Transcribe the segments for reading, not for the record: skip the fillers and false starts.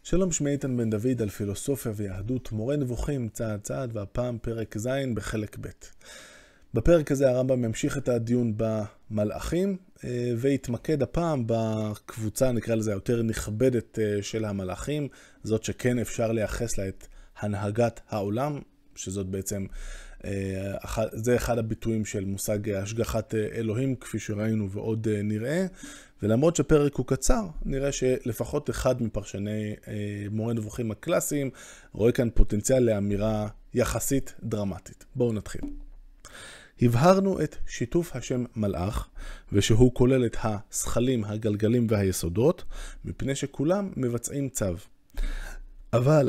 שלום, שמי איתן בן דוד על פילוסופיה ויהדות, מורה נבוכים צעד צעד, והפעם פרק ז' בחלק ב'. בפרק הזה הרמב"ם ממשיך את הדיון במלאכים, והתמקד הפעם בקבוצה, נקרא לזה יותר נכבדת של המלאכים, זאת שכן אפשר לייחס לה את הנהגת העולם, שזאת בעצם, זה אחד הביטויים של מושג השגחת אלוהים, כפי שראינו ועוד נראה. ולמרות שפרק הוא קצר, נראה שלפחות אחד מפרשני מורה נבוכים הקלאסיים רואה כאן פוטנציאל לאמירה יחסית דרמטית. בואו נתחיל. הבהרנו את שיתוף השם מלאך, ושהוא כולל את השכלים, הגלגלים והיסודות, מפני שכולם מבצעים צו. אבל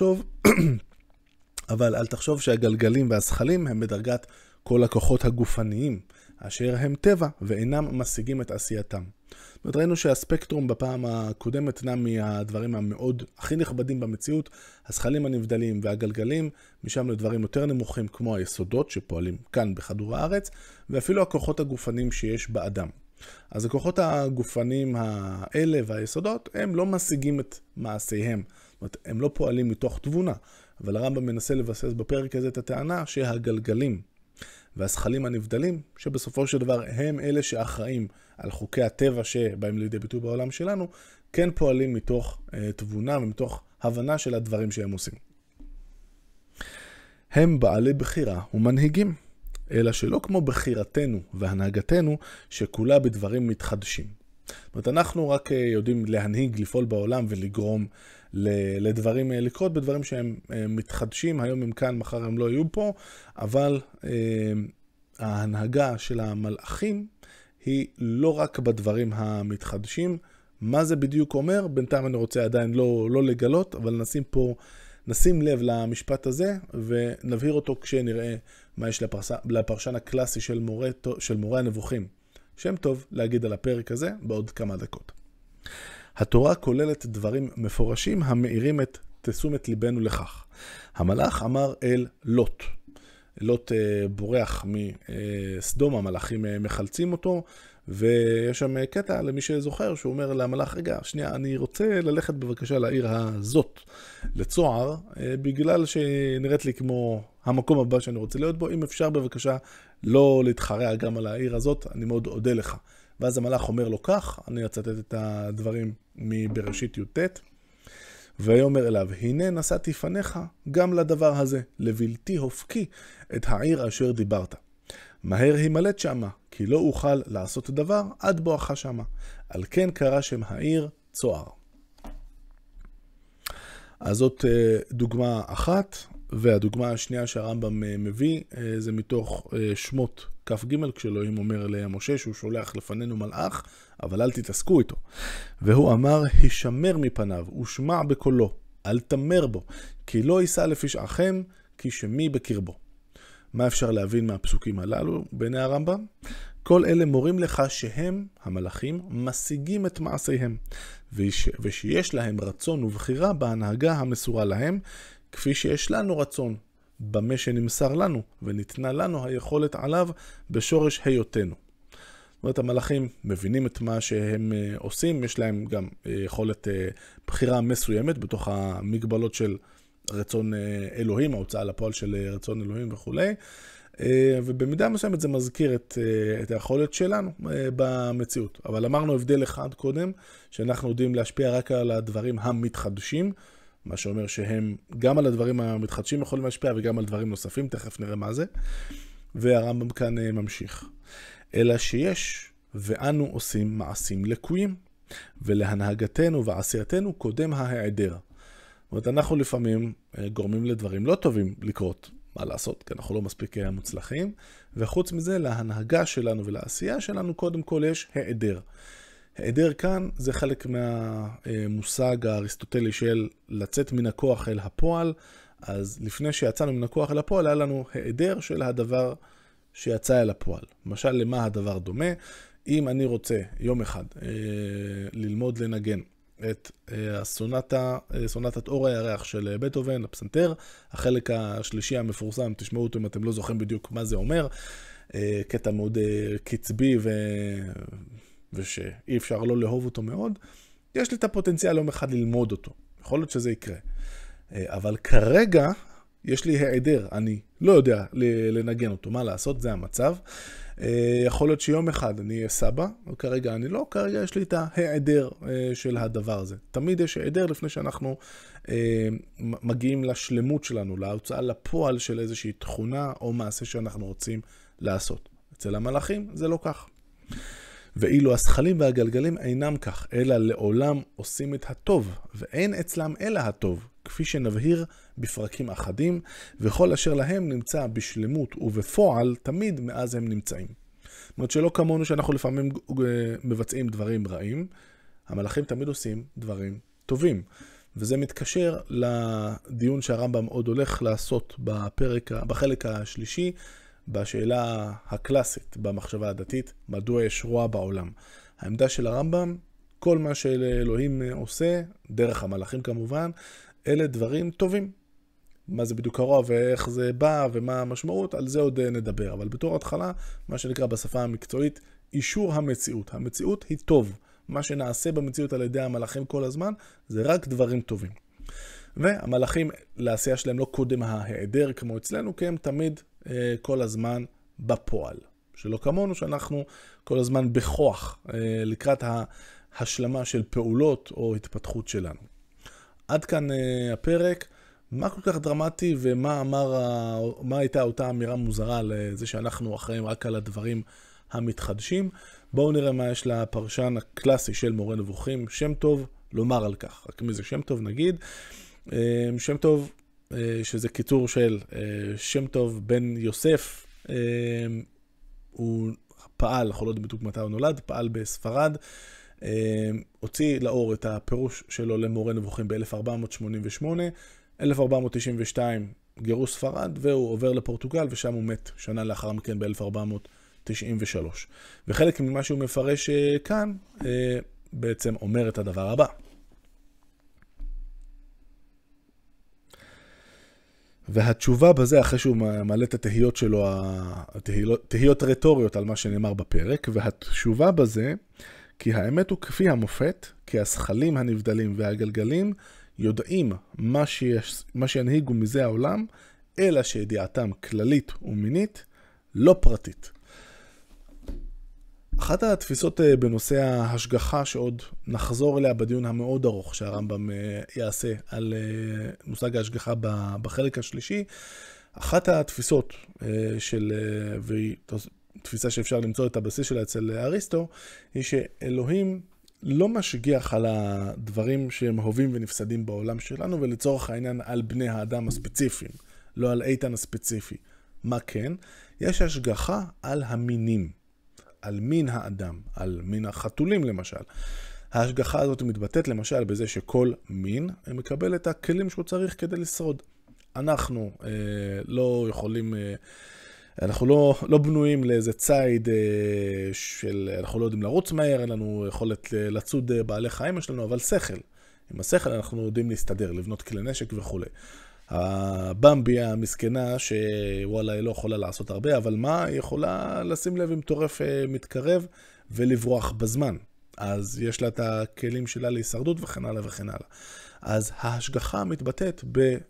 אל תחשוב שהגלגלים והשכלים הם בדרגת כל הכוחות הגופניים, אשר הם טבע ואינם משיגים את עשייתם. ראינו שהספקטרום בפעם הקודמת נע מהדברים המאוד הכי נכבדים במציאות, השכלים הנבדלים והגלגלים, משם לדברים יותר נמוכים כמו היסודות שפועלים כאן בכדור הארץ, ואפילו הכוחות הגופניים שיש באדם. אז הכוחות הגופניים האלה והיסודות הם לא משיגים את מעשיהם, זאת אומרת, הם לא פועלים מתוך תבונה, אבל הרמב"ם מנסה לבסס בפרק הזה את הטענה שהגלגלים והשכלים הנבדלים, שבסופו של דבר הם אלה שאחראים על חוקי הטבע שבאים לידי ביטוי בעולם שלנו, כן פועלים מתוך תבונה ומתוך הבנה של הדברים שהם עושים. הם בעלי בחירה ומנהיגים, אלא שלא כמו בחירתנו והנהגתנו שכולה בדברים מתחדשים. זאת אומרת, אנחנו רק יודעים להנהיג, לפעול בעולם ולגרום לדברים לקרות בדברים שהם מתחדשים, היום הם כאן, מחר הם לא יהיו פה, אבל ההנהגה של המלאכים היא לא רק בדברים המתחדשים. מה זה בדיוק אומר? בינתיים אני רוצה עדיין לא לגלות, אבל נשים לב למשפט הזה ונבהיר אותו כשנראה מה יש לפרשן הקלאסי של מורה הנבוכים. שם טוב להגיד על הפרק הזה בעוד כמה דקות. התורה כוללת דברים מפורשים המאירים את תשומת ליבנו לכך. המלאך אמר אל לוט. לוט בורח מסדום, המלאכים מחלצים אותו, ויש שם קטע למי שזוכר שהוא אומר למלאך, רגע, שנייה, אני רוצה ללכת בבקשה לעיר הזאת, לצוער, בגלל שנראית לי כמו המקום הבא שאני רוצה להיות בו, אם אפשר בבקשה לא להתחרע גם על העיר הזאת, אני מאוד אודה לך. ואז המלאך אומר לו כך, אני אצטט את הדברים מבראשית י"ט, ויאמר אליו, הנה נסעתי פניך גם לדבר הזה, לבלתי הופקי את העיר אשר דיברת. מהר הימלט שמה, כי לא אוכל לעשות דבר עד בואך שמה. על כן קרא שם העיר צוער. אז זאת דוגמה אחת, והדוגמה השנייה שהרמב"ם מביא, זה מתוך שמות כ"ג, כשאלוהים אומר למשה שהוא שולח לפנינו מלאך, אבל אל תתעסקו איתו. והוא אמר, הישמר מפניו, ושמע בקולו, אל תמר בו, כי לא יישא לפשעכם, כי שמי בקרבו. מה אפשר להבין מהפסוקים הללו בעיני הרמב"ם? כל אלה מורים לך שהם, המלאכים, משיגים את מעשיהם, ושיש להם רצון ובחירה בהנהגה המסורה להם, כפי שיש לנו רצון במה שנמסר לנו, וניתנה לנו היכולת עליו בשורש היותנו. זאת אומרת, המלאכים מבינים את מה שהם עושים, יש להם גם יכולת בחירה מסוימת בתוך המגבלות של רצון אלוהים, ההוצאה לפועל של רצון אלוהים וכו'. ובמידה מסוימת זה מזכיר את היכולת שלנו במציאות. אבל אמרנו הבדל אחד קודם, שאנחנו יודעים להשפיע רק על הדברים המתחדשים, מה שאומר שהם גם על הדברים המתחדשים יכולים להשפיע וגם על דברים נוספים, תכף נראה מה זה. והרמב"ם כאן ממשיך. אלא שיש ואנו עושים מעשים לקויים, ולהנהגתנו ועשייתנו קודם ההיעדר. זאת אומרת, אנחנו לפעמים גורמים לדברים לא טובים לקרות, מה לעשות, כי אנחנו לא מספיק מוצלחים, וחוץ מזה להנהגה שלנו ולעשייה שלנו קודם כל יש היעדר. היעדר כאן זה חלק מהמושג האריסטוטלי של לצאת מן הכוח אל הפועל, אז לפני שיצאנו מן הכוח אל הפועל היה לנו היעדר של הדבר שיצא אל הפועל. למשל, למה הדבר דומה? אם אני רוצה יום אחד ללמוד לנגן את סונטת אור הירח של בטהובן, הפסנתר, החלק השלישי המפורסם, תשמעו אותו אם אתם לא זוכרים בדיוק מה זה אומר, קטע מאוד קצבי ושאי אפשר לא לאהוב אותו מאוד, יש לי את הפוטנציאל יום אחד ללמוד אותו. יכול להיות שזה יקרה. אבל כרגע יש לי העדר, אני לא יודע לנגן אותו, מה לעשות, זה המצב. יכול להיות שיום אחד אני אהיה סבא, וכרגע אני לא, כרגע יש לי את ההעדר של הדבר הזה. תמיד יש העדר לפני שאנחנו מגיעים לשלמות שלנו, להוצאה לפועל של איזושהי תכונה או מעשה שאנחנו רוצים לעשות. אצל המלאכים זה לא כך. ואילו השכלים והגלגלים אינם כך, אלא לעולם עושים את הטוב, ואין אצלם אלא הטוב, כפי שנבהיר בפרקים אחדים, וכל אשר להם נמצא בשלמות ובפועל, תמיד מאז הם נמצאים. זאת אומרת שלא כמונו שאנחנו לפעמים מבצעים דברים רעים, המלאכים תמיד עושים דברים טובים. וזה מתקשר לדיון שהרמב"ם עוד הולך לעשות בחלק השלישי, בשאלה הקלאסית במחשבה הדתית, מדוע יש רוע בעולם. העמדה של הרמב"ם, כל מה שאלוהים עושה, דרך המלאכים כמובן, אלה דברים טובים. מה זה בדיוק הרוע ואיך זה בא ומה המשמעות, על זה עוד נדבר. אבל בתור התחלה, מה שנקרא בשפה המקצועית, אישור המציאות. המציאות היא טוב. מה שנעשה במציאות על ידי המלאכים כל הזמן, זה רק דברים טובים. והמלאכים, לעשייה שלהם לא קודם ההיעדר כמו אצלנו, כי הם תמיד כל הזמן בפועל. שלא כמונו שאנחנו כל הזמן בכוח לקראת ההשלמה של פעולות או התפתחות שלנו. עד כאן הפרק. מה כל כך דרמטי ומה הייתה אותה אמירה מוזרה לזה שאנחנו אחראים רק על הדברים המתחדשים? בואו נראה מה יש לפרשן הקלאסי של מורה נבוכים, שם טוב, לומר על כך. רק מי זה שם טוב נגיד? שם טוב, שזה קיצור של שם טוב בן יוסף, הוא פעל, אנחנו לא יודעים בדיוק מתי הוא נולד, פעל בספרד, הוציא לאור את הפירוש שלו למורה נבוכים ב-1488, 1492 גירוש ספרד, והוא עובר לפורטוגל ושם הוא מת שנה לאחר מכן ב-1493. וחלק ממה שהוא מפרש כאן בעצם אומר את הדבר הבא. והתשובה בזה, אחרי שהוא מעלה את התהיות שלו, תהיות רטוריות על מה שנאמר בפרק, והתשובה בזה, כי האמת הוא כפי המופת, כי השכלים הנבדלים והגלגלים יודעים מה שינהיגו מזה העולם, אלא שידיעתם כללית ומינית, לא פרטית. אחת התפיסות בנושא ההשגחה שעוד נחזור אליה בדיון המאוד ארוך שהרמב"ם יעשה על מושג ההשגחה בחלק השלישי, אחת התפיסות והיא תפיסה שאפשר למצוא את הבסיס שלה אצל אריסטו, היא שאלוהים לא משגיח על הדברים שהם הווים ונפסדים בעולם שלנו, ולצורך העניין על בני האדם הספציפיים, לא על איתן הספציפי. מה כן? יש השגחה על המינים. על מין האדם, על מין החתולים למשל. ההשגחה הזאת מתבטאת למשל בזה שכל מין מקבל את הכלים שהוא צריך כדי לשרוד. אנחנו לא יכולים, אנחנו לא בנויים לאיזה צייד של, אנחנו לא יודעים לרוץ מהר, אין לנו יכולת לצוד בעלי חיים, יש לנו אבל שכל. עם השכל אנחנו יודעים להסתדר, לבנות כלי נשק וכו'. הבמבי המסכנה שוואלה היא לא יכולה לעשות הרבה, אבל מה? היא יכולה לשים לב אם טורף מתקרב ולברוח בזמן. אז יש לה את הכלים שלה להישרדות וכן הלאה וכן הלאה. אז ההשגחה מתבטאת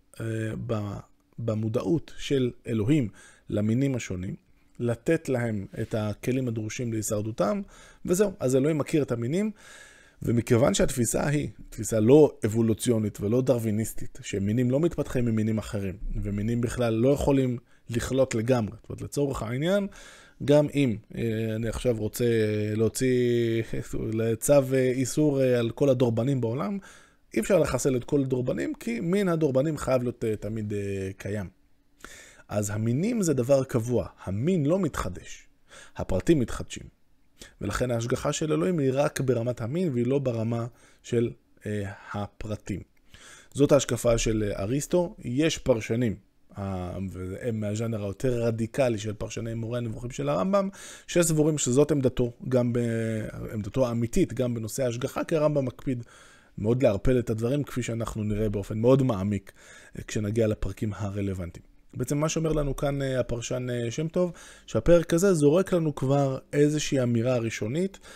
במודעות של אלוהים למינים השונים, לתת להם את הכלים הדרושים להישרדותם, וזהו. אז אלוהים מכיר את המינים, ומכיוון שהתפיסה היא תפיסה לא אבולוציונית ולא דרוויניסטית, שמינים לא מתפתחים ממינים אחרים, ומינים בכלל לא יכולים לחלות לגמרי. זאת אומרת, לצורך העניין, גם אם אני עכשיו רוצה להוציא לצו איסור על כל הדורבנים בעולם, אי אפשר לחסל את כל הדורבנים, כי מין הדורבנים חייב להיות תמיד קיים. אז המינים זה דבר קבוע, המין לא מתחדש, הפרטים מתחדשים. ולכן ההשגחה של אלוהים היא רק ברמת המין, והיא לא ברמה של הפרטים. זאת ההשקפה של אריסטו. יש פרשנים, והם מהז'אנר היותר רדיקלי של פרשני מורה הנבוכים של הרמב"ם, שסבורים שזאת עמדתו, גם בעמדתו האמיתית, גם בנושא ההשגחה, כי הרמב"ם מקפיד מאוד להרפל את הדברים, כפי שאנחנו נראה באופן מאוד מעמיק, כשנגיע לפרקים הרלוונטיים. בעצם מה שאומר לנו כאן הפרשן שם טוב, שהפרק הזה זורק לנו כבר איזושהי אמירה ראשונית,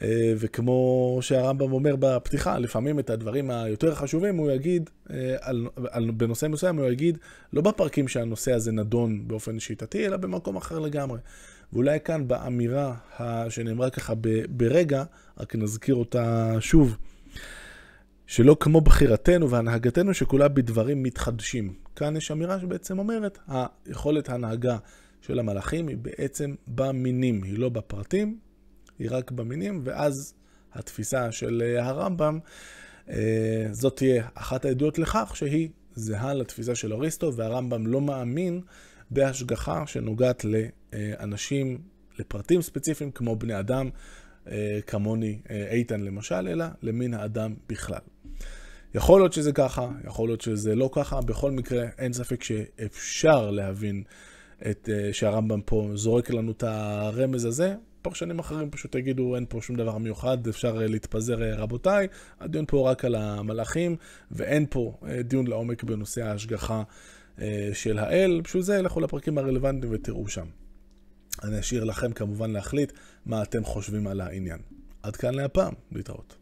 וכמו שהרמב"ם אומר בפתיחה, לפעמים את הדברים היותר חשובים הוא יגיד, בנושא מסוים הוא יגיד, לא בפרקים שהנושא הזה נדון באופן שיטתי, אלא במקום אחר לגמרי. ואולי כאן באמירה שנאמרה ככה ברגע, רק נזכיר אותה שוב, שלא כמו בחירתנו והנהגתנו שכולה בדברים מתחדשים. כאן יש אמירה שבעצם אומרת, היכולת ההנהגה של המלאכים היא בעצם במינים, היא לא בפרטים, היא רק במינים, ואז התפיסה של הרמב"ם, זאת תהיה אחת העדויות לכך שהיא זהה לתפיסה של אריסטו, והרמב"ם לא מאמין בהשגחה שנוגעת לאנשים, לפרטים ספציפיים כמו בני אדם, כמוני איתן למשל, אלא למין האדם בכלל. יכול להיות שזה ככה, יכול להיות שזה לא ככה, בכל מקרה אין ספק שאפשר להבין שהרמב"ם פה זורק לנו את הרמז הזה. פרשנים אחרים פשוט יגידו אין פה שום דבר מיוחד, אפשר להתפזר רבותיי, הדיון פה רק על המלאכים, ואין פה דיון לעומק בנושא ההשגחה של האל. בשביל זה לכו לפרקים הרלוונטיים ותראו שם. אני אשאיר לכם כמובן להחליט מה אתם חושבים על העניין. עד כאן להפעם, להתראות.